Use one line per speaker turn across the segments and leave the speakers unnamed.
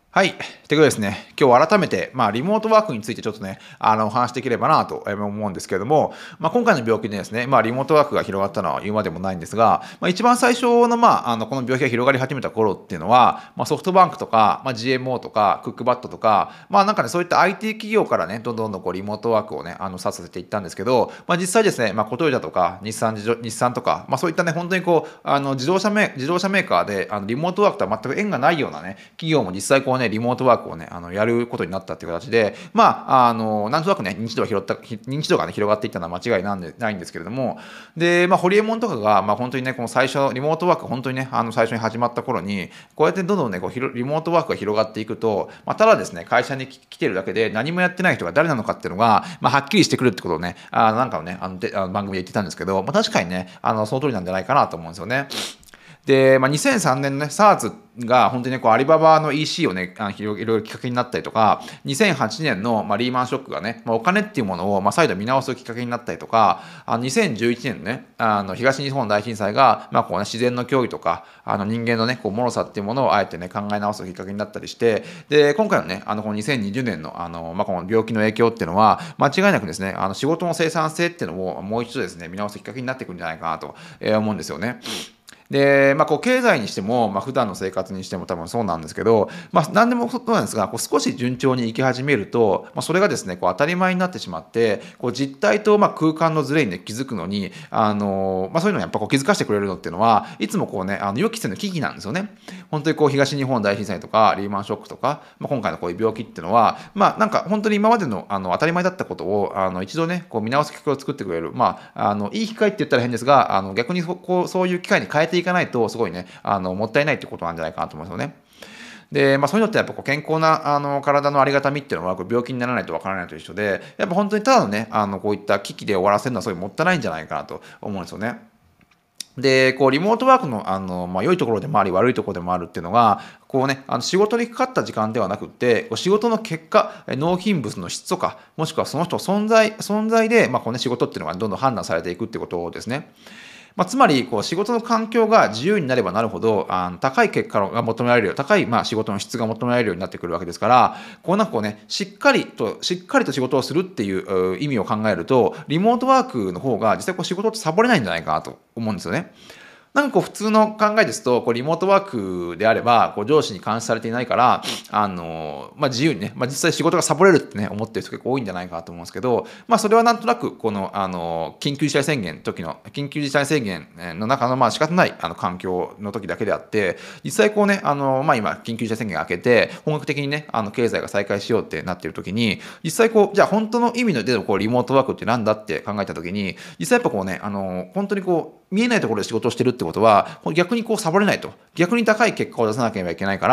はい。ということでですね、今日改めて、リモートワークについてちょっとね、お話しできればなと思うんですけれども、今回の病気でですね、リモートワークが広がったのは言うまでもないんですが、一番最初の、この病気が広がり始めた頃っていうのは、ソフトバンクとか、GMO とか、クックバットとか、なんかね、そういった IT 企業からね、どんどんこうリモートワークをね、させていったんですけど、実際ですね、コトヨタとか、日産とか、そういったね、本当にこう、自動車メーカーで、リモートワークとは全く縁がないようなね、企業も実際こうね、リモートワークをね、やることになったっていう形で、なんとなくね、認知度がね、広がっていったのは間違いないんですけれども、で、ホリエモンとかが、本当にね、この最初、リモートワーク、本当にね、最初に始まった頃に、こうやってどんどんね、リモートワークが広がっていくと、ただですね、会社に来てるだけで何もやってない人が誰なのかっていうのが、はっきりしてくるってことをね、なんかね、番組で言ってたんですけど、確かにね、その通りなんじゃないかなと思うんですよね。で、2003年のね、SARS が本当にね、こうアリババの EC をね、広げるきっかけになったりとか、2008年の、リーマンショックがね、お金っていうものを、再度見直すきっかけになったりとか、2011年のね、東日本大震災が、こうね、自然の脅威とか、人間のね、こう、脆さっていうものをあえてね、考え直すきっかけになったりして、で、今回のね、この2020年の、この病気の影響っていうのは、間違いなくですね、仕事の生産性っていうのをもう一度ですね、見直すきっかけになってくるんじゃないかなと思うんですよね。で、こう経済にしても、普段の生活にしても多分そうなんですけど、何でもそうなんですが、こう少し順調に行き始めると、それがですね、こう当たり前になってしまって、こう実態と空間のズレに、ね、気づくのに、そういうのをやっぱこう気づかせてくれるのっていうのは、いつもこうね、予期せぬ危機なんですよね。本当にこう東日本大震災とかリーマンショックとか、今回のこういう病気っていうのは、なんか本当に今までの当たり前だったことを一度ね、こう見直す機会を作ってくれる、いい機会って言ったら変ですが、逆にそういう機会に変えていかないと、すごいね、もったいないってことなんじゃないかなと思うんですよね。で、そういうのってやっぱこう健康な体のありがたみっていうのはこう病気にならないとわからないと一緒で、やっぱ本当にただのね、こういった危機で終わらせるのはすごいもったいないんじゃないかなと思うんですよね。で、こうリモートワークの良いところでもあり悪いところでもあるっていうのが、こうね、仕事にかかった時間ではなくて、こう仕事の結果、納品物の質とか、もしくはその人の存在で、こうね、仕事っていうのがどんどん判断されていくってことですね。つまりこう仕事の環境が自由になればなるほど高い結果が求められるよう高い仕事の質が求められるようになってくるわけですから、こうなんかこうねしっかりと仕事をするっていう意味を考えると、リモートワークの方が実際こう仕事ってサボれないんじゃないかなと思うんですよね。なんかこう普通の考えですと、こうリモートワークであればこう上司に監視されていないから、自由にね、実際仕事がサボれるってね思ってる人結構多いんじゃないかなと思うんですけど、それはなんとなくこの緊急事態宣言の中の仕方ない環境の時だけであって、実際こうね今緊急事態宣言が明けて本格的にね経済が再開しようってなっている時に、実際こうじゃあ本当の意味でのこうリモートワークってなんだって考えた時に、実際やっぱこうね本当にこう見えないところで仕事をしてるってことは、逆にこうサボれないと。逆に高い結果を出さなければいけないから、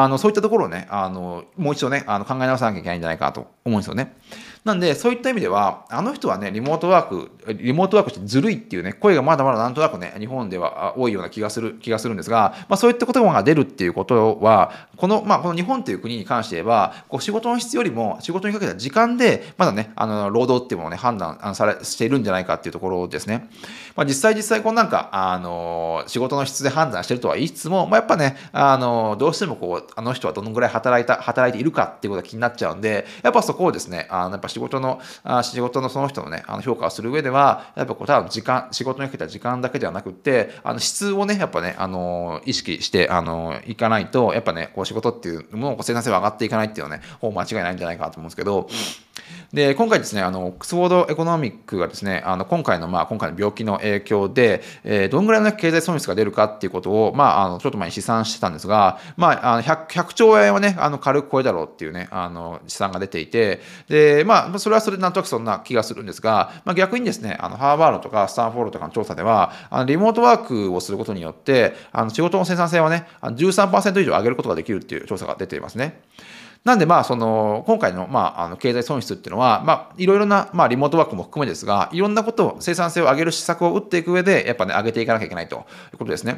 そういったところをね、もう一度ね、考え直さなきゃいけないんじゃないかなと思うんですよね。なんで、そういった意味では、あの人はね、リモートワークしてずるいっていうね、声がまだまだなんとなくね、日本では多いような気がするんですが、そういった言葉が出るっていうことは、この日本という国に関して言えば、こう仕事の質よりも仕事にかけた時間で、まだね、労働っていうものをね、判断しているんじゃないかっていうところですね。実際こうなんか、仕事の質で判断してるとは言いつつも、やっぱね、どうしてもこう、あの人はどのぐらい働いているかっていうことが気になっちゃうんで、やっぱそこをですね、やっぱ仕事のその人のね、評価をする上では、やっぱこう、ただ仕事にかけた時間だけではなくって、質をね、やっぱね、意識して、いかないと、やっぱね、こう仕事っていうものを生産性が上がっていかないっていうのはね、間違いないんじゃないかなと思うんですけど、で、今回ですね、オックスフォードエコノミックがですね、今回の病気の影響で、どんぐらいの経済損失が出るかっていうことを、ちょっと前に試算してたんですが、100兆円はね、軽く超えだろうっていうね、試算が出ていて、で、それはそれでなんとなくそんな気がするんですが、逆にですね、ハーバードとかスタンフォードとかの調査では、リモートワークをすることによって、仕事の生産性はね、13% 以上上げることができるっていう調査が出ていますね。なんで今回の経済損失っていうのはいろいろなリモートワークも含めですが、いろんなことを生産性を上げる施策を打っていく上でやっぱね上げていかなきゃいけないということですね。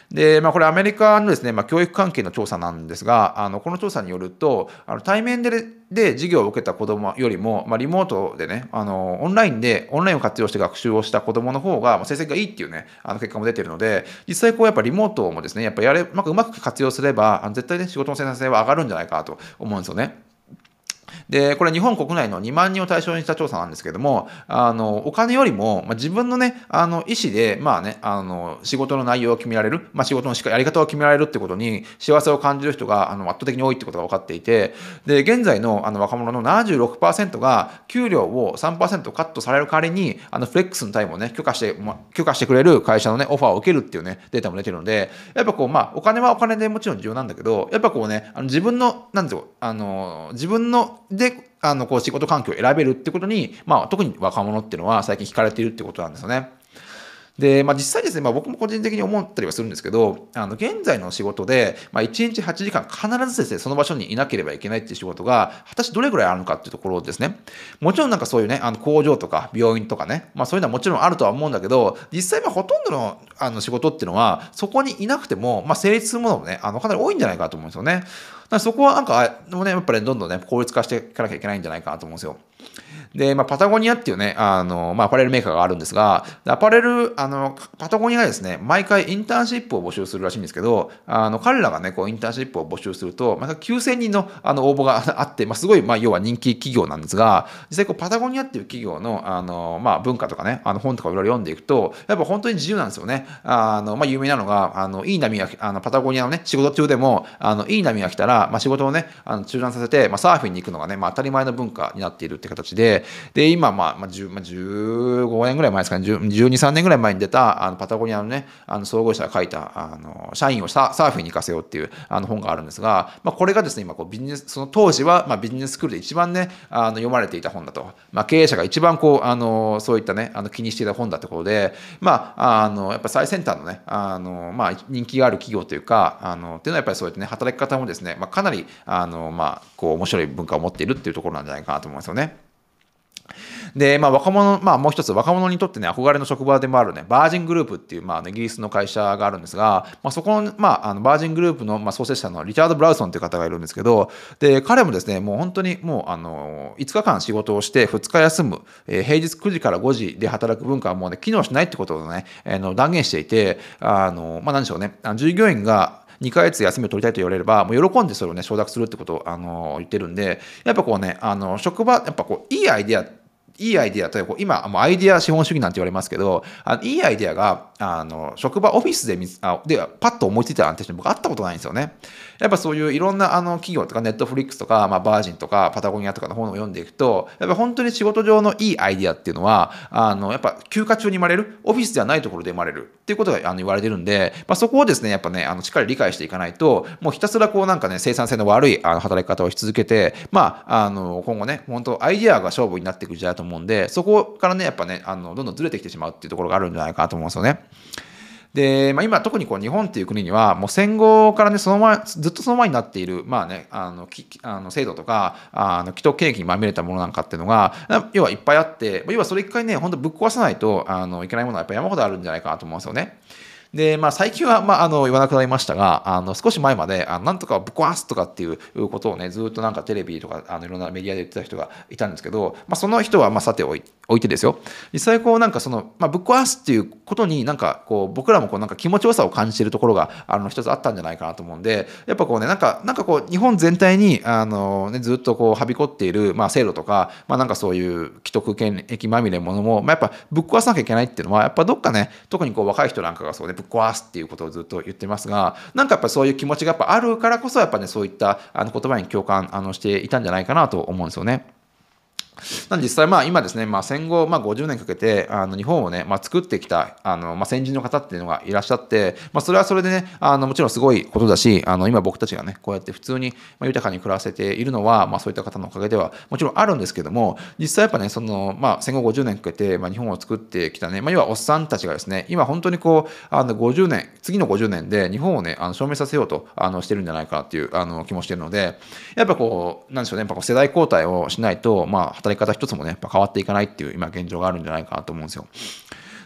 で、これアメリカのですね、教育関係の調査なんですが、この調査によると、対面で授業を受けた子どもよりも、リモートでね、オンラインを活用して学習をした子どもの方が、成績がいいっていうね、結果も出てるので、実際こうやっぱリモートもですね、やっぱうまく活用すれば、絶対ね、仕事の生産性は上がるんじゃないかなと思うんですよね。で、これ日本国内の2万人を対象にした調査なんですけども、お金よりも、自分のね、意思で、仕事の内容を決められる、仕事のやり方を決められるってことに幸せを感じる人が、圧倒的に多いってことが分かっていて、で、現在の、若者の76%が給料を3%カットされる代わりに、フレックスのタイムをね、許可してくれる会社のね、オファーを受けるっていうね、データも出てるので、やっぱこう、お金はお金でもちろん重要なんだけど、やっぱこうね、自分の、なんていうの、自分のでこう仕事環境を選べるってことに、特に若者っていうのは最近惹かれているってことなんですよね。で、実際ですね、僕も個人的に思ったりはするんですけど、現在の仕事で、1日8時間必ずですね、その場所にいなければいけないっていう仕事が、果たしてどれぐらいあるのかっていうところですね。もちろんなんかそういうね、工場とか病院とかね、そういうのはもちろんあるとは思うんだけど、実際ほとんどの仕事っていうのは、そこにいなくても、成立するものもね、かなり多いんじゃないかと思うんですよね。だからそこはなんか、やっぱりどんどんね、効率化していかなきゃいけないんじゃないかなと思うんですよ。で、パタゴニアっていうね、アパレルメーカーがあるんですが、パタゴニアがですね、毎回インターンシップを募集するらしいんですけど、彼らがね、こうインターンシップを募集すると、9000人の応募があって、すごい、要は人気企業なんですが、実際こうパタゴニアっていう企業の、文化とかね、本とかいろいろ読んでいくと、やっぱ本当に自由なんですよね。有名なのが、いい波が、パタゴニアのね、仕事中でも、いい波が来たら、仕事をね、中断させて、サーフィンに行くのがね、当たり前の文化になっているって形で、今、15年ぐらい前ですかね、12、3年ぐらい前に出た、パタゴニアのね、創業者が書いた、社員をサーフィンに行かせようっていう、本があるんですが、これがですね、今こう、その当時は、ビジネススクールで一番ね、読まれていた本だと。経営者が一番こう、そういったね、気にしていた本だってことで、やっぱ最先端のね、人気がある企業というか、っていうのはやっぱりそうやってね、働き方もですね、かなり、こう、面白い文化を持っているっていうところなんじゃないかなと思いますよね。で、若者、もう一つ、若者にとってね、憧れの職場でもあるね、バージングループっていう、イギリスの会社があるんですが、そこの、バージングループの、創設者のリチャード・ブラウソンという方がいるんですけど、で、彼もですね、もう本当にもう、5日間仕事をして、2日休む、平日9時から5時で働く文化はもうね、機能しないってことをね、断言していて、なんでしょうね、従業員が、2ヶ月休みを取りたいと言われれば、もう喜んでそれをね、承諾するってことを、言ってるんで、やっぱこうね、職場、やっぱこう、いいアイデア、例えば今、もうアイデア資本主義なんて言われますけど、いいアイデアが、職場、オフィスでパッと思いついたなんて人に僕会ったことないんですよね。やっぱそういういろんな企業とか、ネットフリックスとか、バージンとか、パタゴニアとかの本を読んでいくと、やっぱ本当に仕事上のいいアイデアっていうのは、やっぱ休暇中に生まれる、オフィスではないところで生まれるっていうことが言われてるんで、そこをですね、やっぱね、しっかり理解していかないと、もうひたすらこうなんかね、生産性の悪い働き方をし続けて、今後ね、本当アイデアが勝負になっていく時代だと思うんで、そこからね、やっぱね、どんどんずれてきてしまうっていうところがあるんじゃないかなと思うんですよね。で、今特にこう日本っていう国にはもう戦後からねずっとその前になっている制度とか既得権益にまみれたものなんかっていうのが要はいっぱいあって、要はそれ一回ね本当ぶっ壊さないといけないものはやっぱ山ほどあるんじゃないかなと思うんですよね。で、最近は、言わなくなりましたが、少し前まで、なんとかぶっ壊すとかっていうことをね、ずっとなんかテレビとか、いろんなメディアで言ってた人がいたんですけど、その人は、さて置いてですよ。実際、こう、なんかその、ぶっ壊すっていうことになんか、こう、僕らもこう、なんか気持ちよさを感じているところが、一つあったんじゃないかなと思うんで、やっぱこうね、なんかこう、日本全体に、ずっとこう、はびこっている、制度とか、なんかそういう既得権益まみれのものも、やっぱぶっ壊さなきゃいけないっていうのは、やっぱどっかね、特にこう、若い人なんかがそうね、ぶっ壊すっていうことをずっと言ってますが、なんかやっぱそういう気持ちがやっぱあるからこそ、やっぱね、そういった言葉に共感していたんじゃないかなと思うんですよね。実際今ですね、戦後50年かけて日本をね、作ってきた先人の方っていうのがいらっしゃって、それはそれでねもちろんすごいことだし、今僕たちがねこうやって普通に豊かに暮らせているのは、そういった方のおかげではもちろんあるんですけども、実際やっぱねその、戦後50年かけて、日本を作ってきたね、要はおっさんたちがですね今本当にこう50年次の50年で日本をね証明させようとしてるんじゃないかなっていう気もしてるので、やっぱこうなんでしょうね、やっぱこう世代交代をしないと働き方一つもねやっぱ変わっていかないっていう今現状があるんじゃないかなと思うんですよ。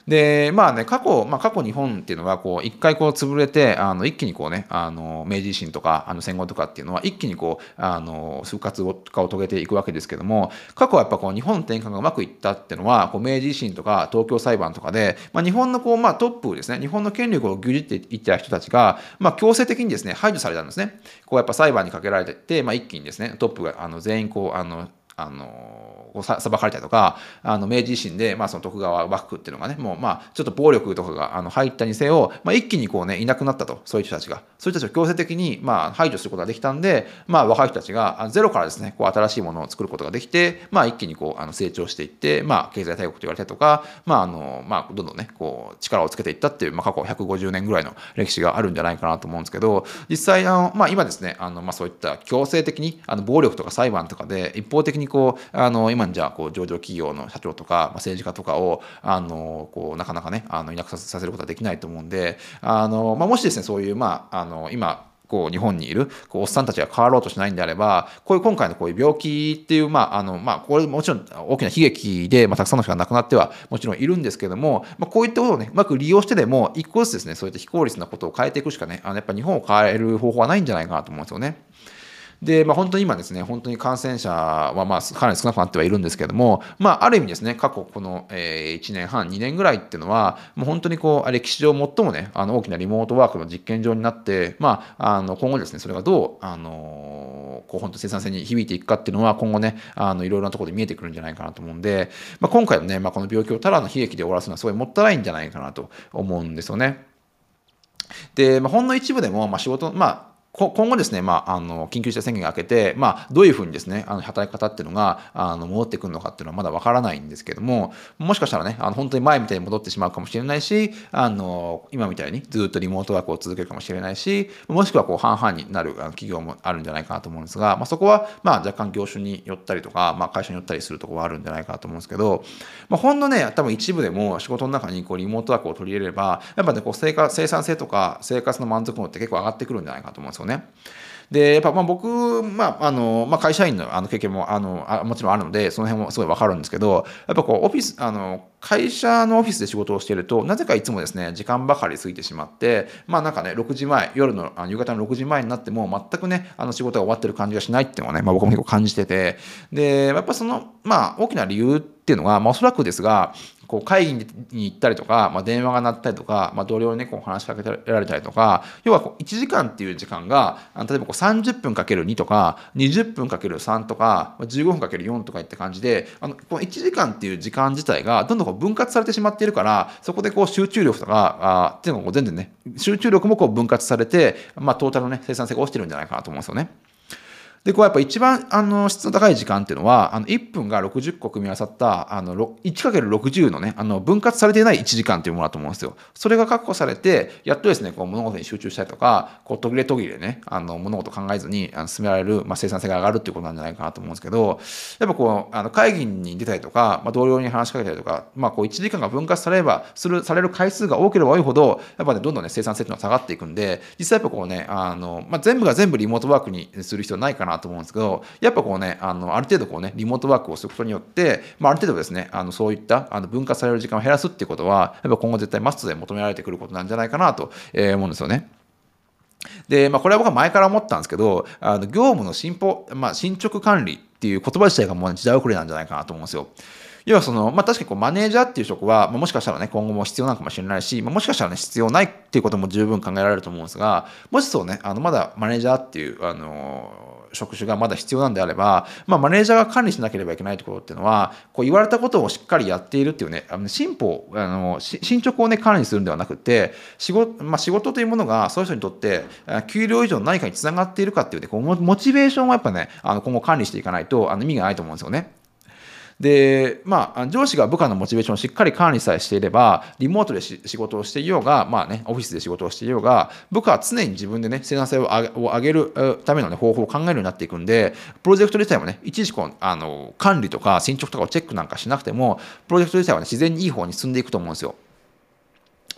で、まあね、過去日本っていうのは、一回潰れて、一気にね、明治維新とか、戦後とかっていうのは、一気に復活化を遂げていくわけですけども、過去はやっぱ日本転換がうまくいったっていうのは、明治維新とか東京裁判とかで、日本のトップですね、日本の権力を牛耳っていった人たちが、強制的にですね、排除されたんですね。やっぱ裁判にかけられてて、一気にですね、トップが全員裁かれたりとか、明治維新で、その徳川幕府っていうのがね、もうちょっと暴力とかが入ったにせよ、一気にいなくなったと、そういう人たちが。そういう人たちを強制的に排除することができたんで、若い人たちがゼロからですね、新しいものを作ることができて、一気に成長していって、経済大国と言われたりとか、どんどんね、力をつけていったっていう、過去150年ぐらいの歴史があるんじゃないかなと思うんですけど、実際今ですね、そういった強制的に暴力とか裁判とかで一方的に今じゃ上場企業の社長とか、政治家とかをなかなかねいなくさせることはできないと思うんで、もしですねそういう今日本にいるおっさんたちが変わろうとしないんであれば、今回のこういう病気っていうこれもちろん大きな悲劇で、たくさんの人が亡くなってはもちろんいるんですけども、こういったことをねうまく利用してでも一個ずつですねそういった非効率なことを変えていくしかねやっぱ日本を変える方法はないんじゃないかなと思うんですよね。で、本当に今ですね、本当に感染者はかなり少なくなってはいるんですけれども、ある意味ですね、過去この1年半、2年ぐらいっていうのは、もう本当に歴史上最もね、大きなリモートワークの実験場になって、今後ですね、それがどう、本当生産性に響いていくかっていうのは、今後ね、いろいろなところで見えてくるんじゃないかなと思うんで、今回のね、この病気をただの悲劇で終わらすのはすごいもったいないんじゃないかなと思うんですよね。で、ほんの一部でも、仕事、今後ですね、緊急事態宣言が明けて、どういうふうにですね、働き方っていうのが戻ってくるのかっていうのはまだわからないんですけども、もしかしたらね、本当に前みたいに戻ってしまうかもしれないし、今みたいにずっとリモートワークを続けるかもしれないし、もしくは半々になる企業もあるんじゃないかなと思うんですが、そこは若干業種によったりとか、会社によったりするところはあるんじゃないかなと思うんですけど、ほんのね、多分一部でも仕事の中にリモートワークを取り入れれば、やっぱね、生産性とか生活の満足度って結構上がってくるんじゃないかなと思うんですよね。で、やっぱ僕、会社員の経験ももちろんあるので、その辺もすごいわかるんですけど、やっぱオフィス、会社のオフィスで仕事をしていると、なぜかいつもですね、時間ばかり過ぎてしまって、なんかね、6時前、夕方の6時前になっても、全くね、仕事が終わってる感じがしないっていうのはね、僕も結構感じてて、で、やっぱその、大きな理由っていうのが、おそらくですが、会議に行ったりとか、電話が鳴ったりとか、同僚にね、話しかけられたりとか、要は1時間っていう時間が、例えば30分かける2とか、20分かける3とか、15分かける4とかいった感じで、この1時間っていう時間自体がどんどん分割されてしまっているから、そこで集中力とか、っていうのが全然ね、集中力も分割されて、トータルのね、生産性が落ちてるんじゃないかなと思うんですよね。で、やっぱ一番質の高い時間っていうのは、1分が60個組み合わさった、1×60 のね、分割されていない1時間っていうものだと思うんですよ。それが確保されて、やっとですね、物事に集中したりとか、途切れ途切れね、物事を考えずに進められる、生産性が上がるっていうことなんじゃないかなと思うんですけど、やっぱ会議に出たりとか、同僚に話しかけたりとか、1時間が分割される回数が多ければ多いほど、やっぱね、どんどんね、生産性っていうのは下がっていくんで、実際やっぱ全部が全部リモートワークにする必要ないかなと思うんですけど、やっぱある程度リモートワークをすることによって、ある程度ですね、そういった分割される時間を減らすっていうことは、やっぱ今後絶対マストで求められてくることなんじゃないかなと思うんですよね。で、これは僕は前から思ったんですけど、業務の進捗管理っていう言葉自体がもう時代遅れなんじゃないかなと思うんですよ。要は確かにマネージャーっていう職は、もしかしたらね、今後も必要なのかもしれないし、もしかしたらね、必要ないっていうことも十分考えられると思うんですが、もしそうね、まだマネージャーっていう、職種がまだ必要なんであれば、マネージャーが管理しなければいけないところっていうのは、言われたことをしっかりやっているっていうね、進捗をね、管理するんではなくて、仕事というものが、そういう人にとって、給料以上の何かにつながっているかっていうね、モチベーションをやっぱね、今後管理していかないと、意味がないと思うんですよね。で、上司が部下のモチベーションをしっかり管理さえしていれば、リモートで仕事をしていようが、オフィスで仕事をしていようが、部下は常に自分でね、生産性を上げるための、ね、方法を考えるようになっていくんで、プロジェクト自体もね、いちいち管理とか進捗とかをチェックなんかしなくても、プロジェクト自体はね、自然にいい方に進んでいくと思うんですよ。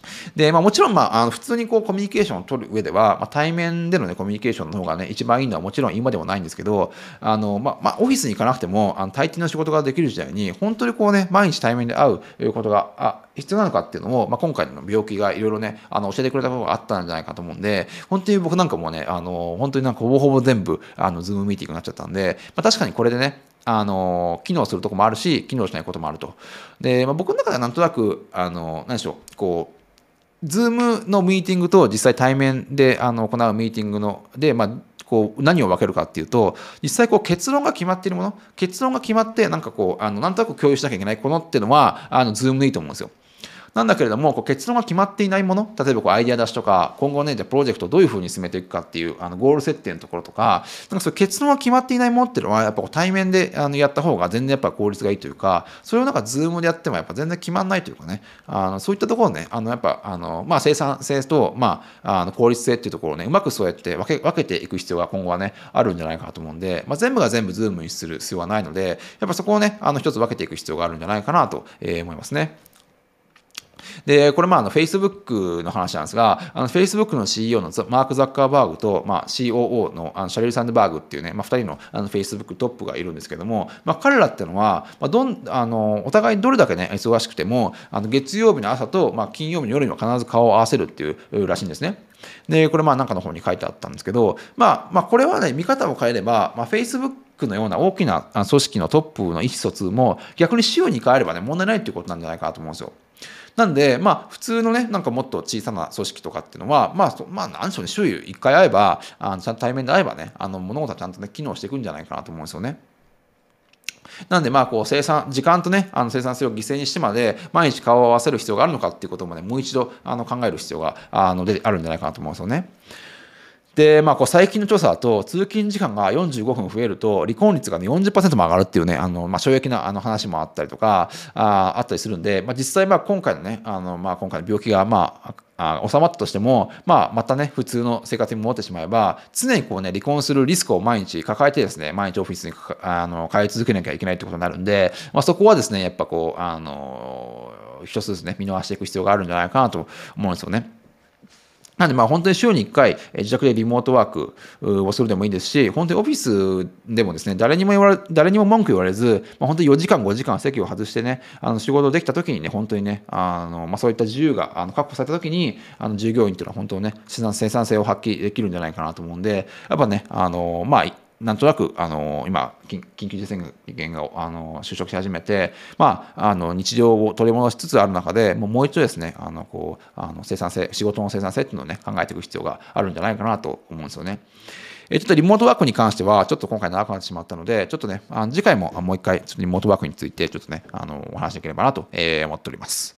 で、もちろん、普通にこうコミュニケーションを取る上では、対面での、ね、コミュニケーションの方がね、一番いいのはもちろん今でもないんですけど、オフィスに行かなくても、大抵の仕事ができる時代に、本当にこうね、毎日対面で会うことが必要なのかっていうのを、今回の病気がいろいろね、教えてくれたことがあったんじゃないかと思うんで、本当に僕なんかもね、本当になんかほぼほぼ全部、ズームミーティングになっちゃったんで、確かにこれでね、機能するところもあるし、機能しないこともあると。で、僕の中ではなんとなく、何でしょう、こう、ズームのミーティングと実際対面で行うミーティングので、こう何を分けるかっていうと、実際こう結論が決まっているもの、結論が決まってなんかこうなんとなく共有しなきゃいけないものっていうのはズームでいいと思うんですよ。なんだけれども、こう結論が決まっていないもの、例えばこうアイデア出しとか、今後ね、じゃあプロジェクトをどういうふうに進めていくかっていうゴール設定のところとか、なんかそういう結論が決まっていないものっていうのは、やっぱこう対面でやった方が全然やっぱ効率がいいというか、それをなんかズームでやってもやっぱ全然決まんないというかね、そういったところね、やっぱ生産性と、効率性っていうところをね、うまくそうやって分けていく必要が今後はね、あるんじゃないかなと思うんで、全部が全部ズームにする必要はないので、やっぱそこをね、一つ分けていく必要があるんじゃないかなと思いますね。で、これFacebook の話なんですが、Facebook の CEO のマーク・ザッカーバーグと、COO のシャレル・サンドバーグっていうね、2人のFacebook トップがいるんですけども、彼らっていうのは、お互いどれだけね、忙しくても、月曜日の朝と、金曜日の夜には必ず顔を合わせるっていうらしいんですね。で、これなんかの方に書いてあったんですけど、これはね、見方を変えれば、Facebook のような大きな組織のトップの意思疎通も逆に週に変えればね、問題ないっていうことなんじゃないかなと思うんですよ。なんで、普通のね、なんかもっと小さな組織とかっていうのは、なんでしょうね、週1回会えば、ちゃんと対面で会えばね、物事はちゃんとね、機能していくんじゃないかなと思うんですよね。なんで、こう時間とね、生産性を犠牲にしてまで、毎日顔を合わせる必要があるのかっていうこともね、もう一度考える必要があるんじゃないかなと思うんですよね。で、こう最近の調査だと、通勤時間が45分増えると、離婚率がね、40%も上がるっていうね、衝撃な話もあったりとか、あったりするんで、実際、今回のね、今回の病気が、収まったとしても、またね、普通の生活に戻ってしまえば、常にこうね、離婚するリスクを毎日抱えてですね、毎日オフィスに通い続けなきゃいけないってことになるんで、そこはですね、やっぱこう、一つずつね、見逃していく必要があるんじゃないかなと思うんですよね。なんで本当に週に1回自宅でリモートワークをするでもいいですし、本当にオフィスでもですね、誰にも文句言われず、本当に4時間5時間席を外してね、仕事できた時にね、本当にね、そういった自由が確保された時に、従業員というのは本当にね、生産性を発揮できるんじゃないかなと思うんで、やっぱね、なんとなく今緊急事態宣言が就職し始めて、日常を取り戻しつつある中でもう一度ですね生産性、仕事の生産性っていうのをね考えていく必要があるんじゃないかなと思うんですよね。ちょっとリモートワークに関してはちょっと今回長くなってしまったので、ちょっとね次回ももう一回ちょっとリモートワークについてちょっとねお話しできればなと思っております。